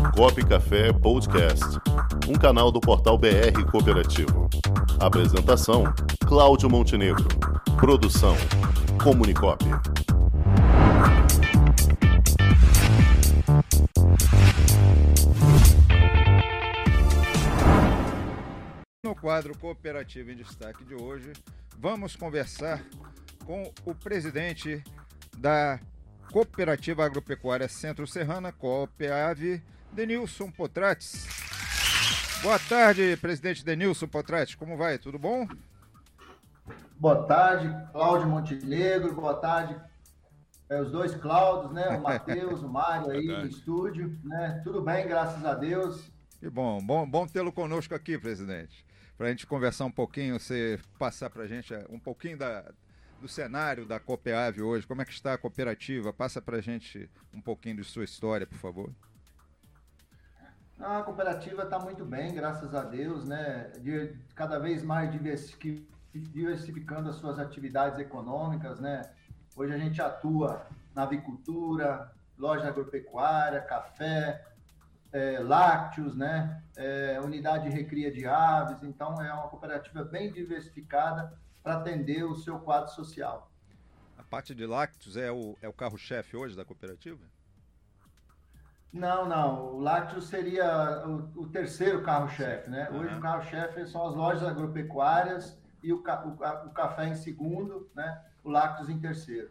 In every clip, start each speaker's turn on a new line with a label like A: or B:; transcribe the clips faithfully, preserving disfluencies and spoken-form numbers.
A: Comunicop Café Podcast, um canal do portal B R Cooperativo. Apresentação, Cláudio Montenegro. Produção, Comunicop.
B: No quadro Cooperativa em Destaque de hoje, vamos conversar com o presidente da Cooperativa Agropecuária Centro-Serrana, Coopeave, Denilson Potrates. Boa tarde, presidente Denilson Potrates, como vai? Tudo bom?
C: Boa tarde, Cláudio Montenegro, boa tarde, é, os dois Cláudios, né? O Matheus, o Mário aí no estúdio, né? Tudo bem, graças a Deus.
B: Que bom, bom, bom tê-lo conosco aqui, presidente, para a gente conversar um pouquinho, você passar para a gente um pouquinho da, do cenário da Coopeave hoje, como é que está a cooperativa, passa para a gente um pouquinho de sua história, por favor.
C: A cooperativa está muito bem, graças a Deus, né? De, cada vez mais diversificando as suas atividades econômicas, né? Hoje a gente atua na avicultura, loja agropecuária, café, é, lácteos, né? É, unidade de recria de aves, então é uma cooperativa bem diversificada para atender o seu quadro social.
B: A parte de lácteos é o, é o carro-chefe hoje da cooperativa?
C: Não, não. O lácteos seria o, o terceiro carro-chefe, né? Hoje uhum. O carro-chefe são as lojas agropecuárias e o, ca, o, o café em segundo, né? O lácteos em terceiro.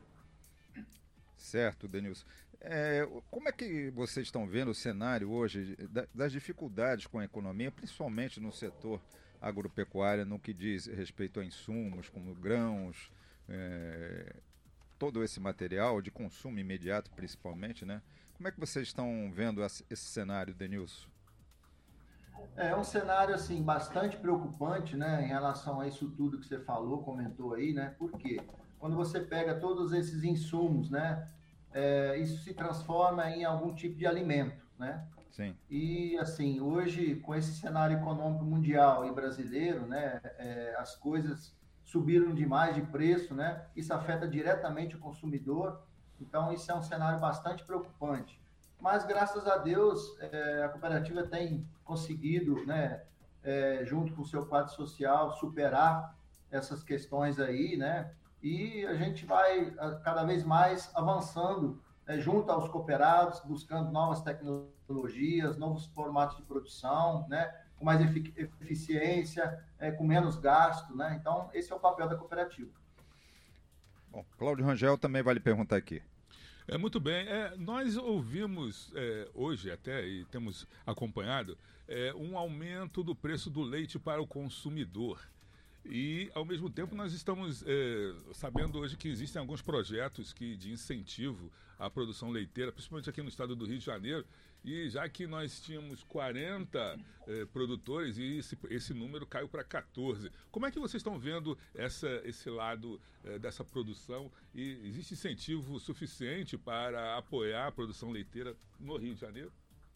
B: Certo, Denilson. É, como é que vocês estão vendo o cenário hoje das dificuldades com a economia, principalmente no setor agropecuário, no que diz respeito a insumos como grãos, é, todo esse material de consumo imediato principalmente, né? Como é que vocês estão vendo esse cenário, Denilson?
C: É um cenário assim bastante preocupante, né, em relação a isso tudo que você falou, comentou aí, né? Por quê? Quando você pega todos esses insumos, né, é, isso se transforma em algum tipo de alimento, né?
B: Sim.
C: E assim, hoje com esse cenário econômico mundial e brasileiro, né, é, as coisas subiram demais de preço, né? Isso afeta diretamente o consumidor. Então, isso é um cenário bastante preocupante. Mas, graças a Deus, é, a cooperativa tem conseguido, né, é, junto com o seu quadro social, superar essas questões aí, né? E a gente vai cada vez mais avançando, né, junto aos cooperados, buscando novas tecnologias, novos formatos de produção, né? Com mais efic- eficiência, é, com menos gasto, né? Então, esse é o papel da cooperativa.
B: Bom, Cláudio Rangel também vai lhe perguntar aqui.
D: É, muito bem. É, nós ouvimos é, hoje até, e temos acompanhado, é, um aumento do preço do leite para o consumidor. E, ao mesmo tempo, nós estamos é, sabendo hoje que existem alguns projetos que, de incentivo à produção leiteira, principalmente aqui no estado do Rio de Janeiro, e já que nós tínhamos quarenta eh, produtores e esse, esse número caiu para quatorze. Como é que vocês estão vendo essa, esse lado eh, dessa produção? E existe incentivo suficiente para apoiar a produção leiteira no Rio de Janeiro?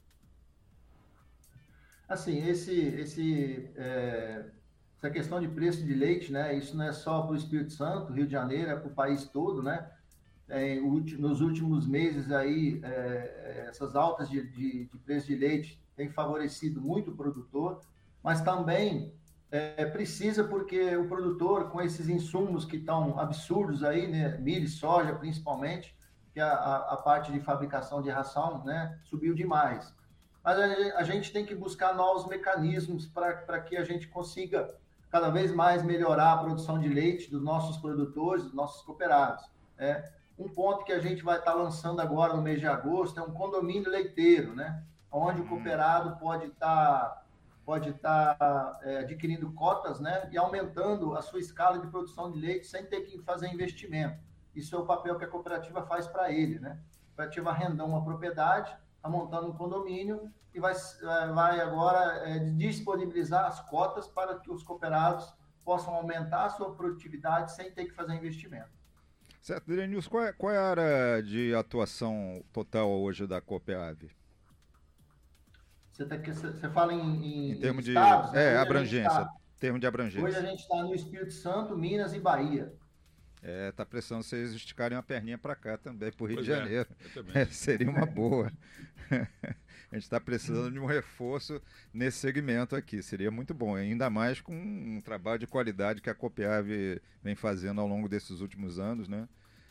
C: Assim, esse, esse, é, essa questão de preço de leite, né? Isso não é só para o Espírito Santo, Rio de Janeiro, é para o país todo, né? É, nos últimos meses aí, é, essas altas de, de, de preço de leite têm favorecido muito o produtor, mas também é, precisa porque o produtor, com esses insumos que estão absurdos aí, né, milho e soja principalmente, que a, a, a parte de fabricação de ração, né, subiu demais. Mas a, a gente tem que buscar novos mecanismos para que a gente consiga cada vez mais melhorar a produção de leite dos nossos produtores, dos nossos cooperados. É, Um ponto que a gente vai estar lançando agora no mês de agosto é um condomínio leiteiro, né? Onde o cooperado pode estar, pode estar é, adquirindo cotas, né? E aumentando a sua escala de produção de leite sem ter que fazer investimento. Isso é o papel que a cooperativa faz para ele, né? A cooperativa arrendou uma propriedade, está montando um condomínio e vai, vai agora é, disponibilizar as cotas para que os cooperados possam aumentar a sua produtividade sem ter que fazer investimento.
B: Certo, Denilson, qual é, qual é a área de atuação total hoje da Coopeave?
C: Você, tá, você fala em, em,
B: em termos
C: em estados,
B: de é,
C: né?
B: abrangência,
C: Tá,
B: termo de abrangência.
C: Hoje a gente está no Espírito Santo, Minas e Bahia.
B: É, tá precisando vocês esticarem uma perninha para cá também, para o Rio
D: Pois
B: de
D: é,
B: Janeiro. É, seria uma boa. A gente está precisando de um reforço nesse segmento aqui. Seria muito bom, ainda mais com um trabalho de qualidade que a Copiave vem fazendo ao longo desses últimos anos, né?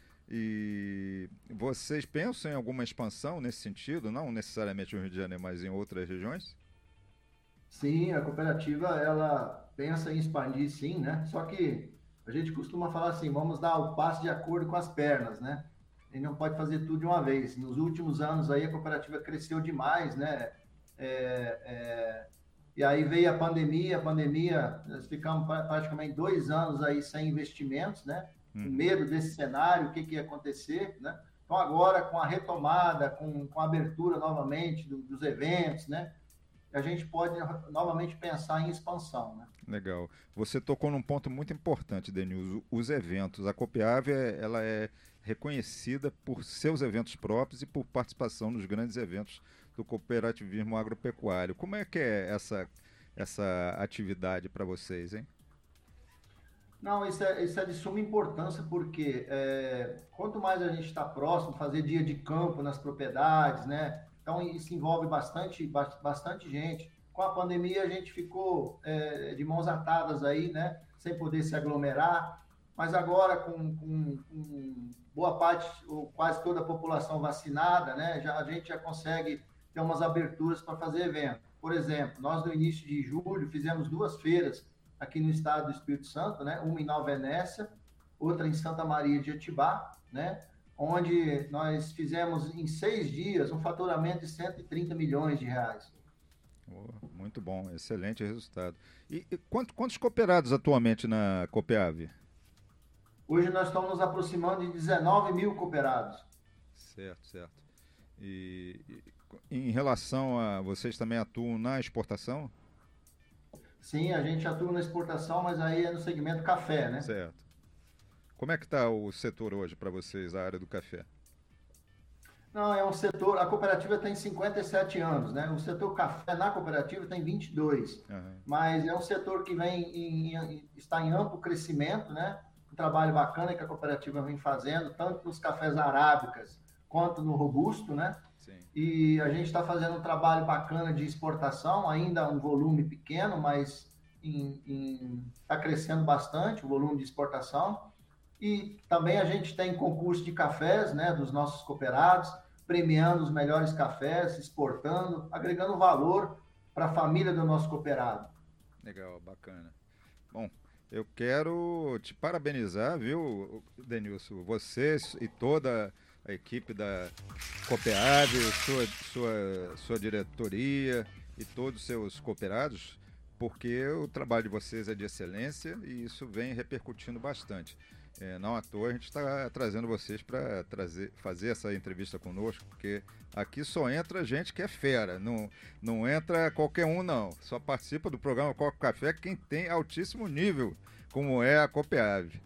B: E vocês pensam em alguma expansão nesse sentido? Não necessariamente no Rio de Janeiro, mas em outras regiões?
C: Sim, a cooperativa, ela pensa em expandir, sim, né? Só que a gente costuma falar assim, vamos dar o passo de acordo com as pernas, né? A gente não pode fazer tudo de uma vez. Nos últimos anos aí a cooperativa cresceu demais, né? É, é, e aí veio a pandemia, a pandemia, nós ficamos praticamente dois anos aí sem investimentos, né? Com medo desse cenário, o que, que ia acontecer, né? Então agora com a retomada, com, com a abertura novamente do, dos eventos, né? A gente pode novamente pensar em expansão, né?
B: Legal. Você tocou num ponto muito importante, Denilson, os eventos. A Copiave, ela é reconhecida por seus eventos próprios e por participação nos grandes eventos do cooperativismo agropecuário. Como é que é essa, essa atividade para vocês, hein?
C: Não, isso é, isso é de suma importância, porque é, quanto mais a gente está próximo, fazer dia de campo nas propriedades, né? Então, isso envolve bastante, bastante gente. Com a pandemia, a gente ficou é, de mãos atadas aí, né? Sem poder se aglomerar. Mas agora, com, com, com boa parte, ou quase toda a população vacinada, né? Já, a gente já consegue ter umas aberturas para fazer evento. Por exemplo, nós no início de julho fizemos duas feiras aqui no estado do Espírito Santo, né? Uma em Nova Venécia, outra em Santa Maria de Etibá, né? Onde nós fizemos em seis dias um faturamento de cento e trinta milhões de reais.
B: Oh, muito bom, excelente resultado. E, e quantos, quantos cooperados atualmente na Copiave?
C: Hoje nós estamos nos aproximando de dezenove mil cooperados.
B: Certo, certo. E, e em relação a... Vocês também atuam na exportação?
C: Sim, a gente atua na exportação, mas aí é no segmento café, né?
B: Certo. Como é que está o setor hoje para vocês, a área do café?
C: Não, é um setor... A cooperativa tem cinquenta e sete anos, né? O setor café na cooperativa tem vinte e dois. Uhum. Mas é um setor que vem em, em, está em amplo crescimento, né? Um trabalho bacana que a cooperativa vem fazendo, tanto nos cafés arábicas quanto no robusto, né? Sim. E a gente está fazendo um trabalho bacana de exportação, ainda um volume pequeno, mas está crescendo bastante o volume de exportação. E também a gente tem concurso de cafés, né, dos nossos cooperados, premiando os melhores cafés, exportando, agregando valor para a família do nosso cooperado.
B: Legal, bacana. Bom, eu quero te parabenizar, viu, Denilson? Você e toda a equipe da Copiave, sua, sua, sua diretoria e todos os seus cooperados, porque o trabalho de vocês é de excelência e isso vem repercutindo bastante. É, não à toa a gente está trazendo vocês para trazer, fazer essa entrevista conosco, porque aqui só entra gente que é fera, não, não entra qualquer um não, só participa do programa Copo Café quem tem altíssimo nível, como é a Copiave.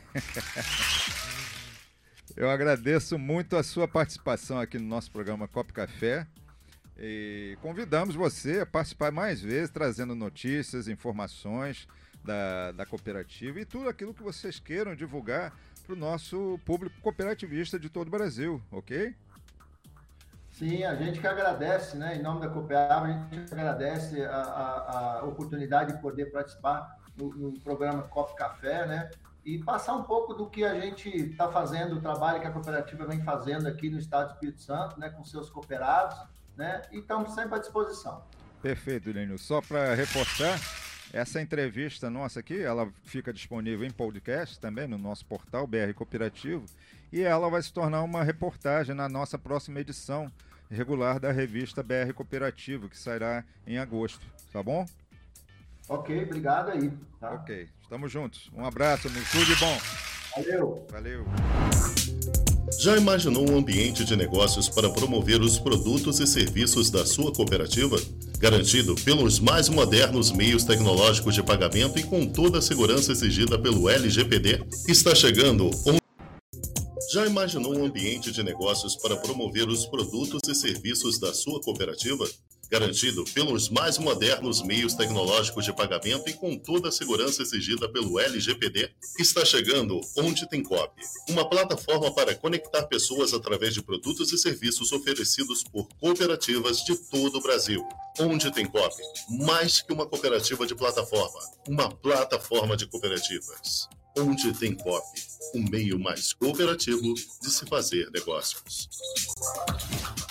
B: Eu agradeço muito a sua participação aqui no nosso programa Copo Café e convidamos você a participar mais vezes, trazendo notícias, informações Da, da cooperativa e tudo aquilo que vocês queiram divulgar para o nosso público cooperativista de todo o Brasil, ok?
C: Sim, a gente que agradece, né? Em nome da Copiave, a gente agradece a, a, a oportunidade de poder participar no, no programa Copo Café, né? E passar um pouco do que a gente está fazendo, o trabalho que a cooperativa vem fazendo aqui no estado do Espírito Santo, né? Com seus cooperados, né? E estamos sempre à disposição.
B: Perfeito, Denilson. Só para reforçar, essa entrevista nossa aqui, ela fica disponível em podcast também no nosso portal B R Cooperativo e ela vai se tornar uma reportagem na nossa próxima edição regular da revista B R Cooperativo, que sairá em agosto, tá bom?
C: Ok, obrigado aí. Tá?
B: Ok, estamos juntos. Um abraço, amigo. Tudo de bom.
C: Valeu.
B: Valeu.
A: Já imaginou um ambiente de negócios para promover os produtos e serviços da sua cooperativa? Garantido pelos mais modernos meios tecnológicos de pagamento e com toda a segurança exigida pelo L G P D? Está chegando um... Já imaginou um ambiente de negócios para promover os produtos e serviços da sua cooperativa? garantido pelos mais modernos meios tecnológicos de pagamento e com toda a segurança exigida pelo L G P D, está chegando Onde Tem Coop, uma plataforma para conectar pessoas através de produtos e serviços oferecidos por cooperativas de todo o Brasil. Onde Tem Coop, mais que uma cooperativa de plataforma, uma plataforma de cooperativas. Onde Tem Coop, o meio mais cooperativo de se fazer negócios.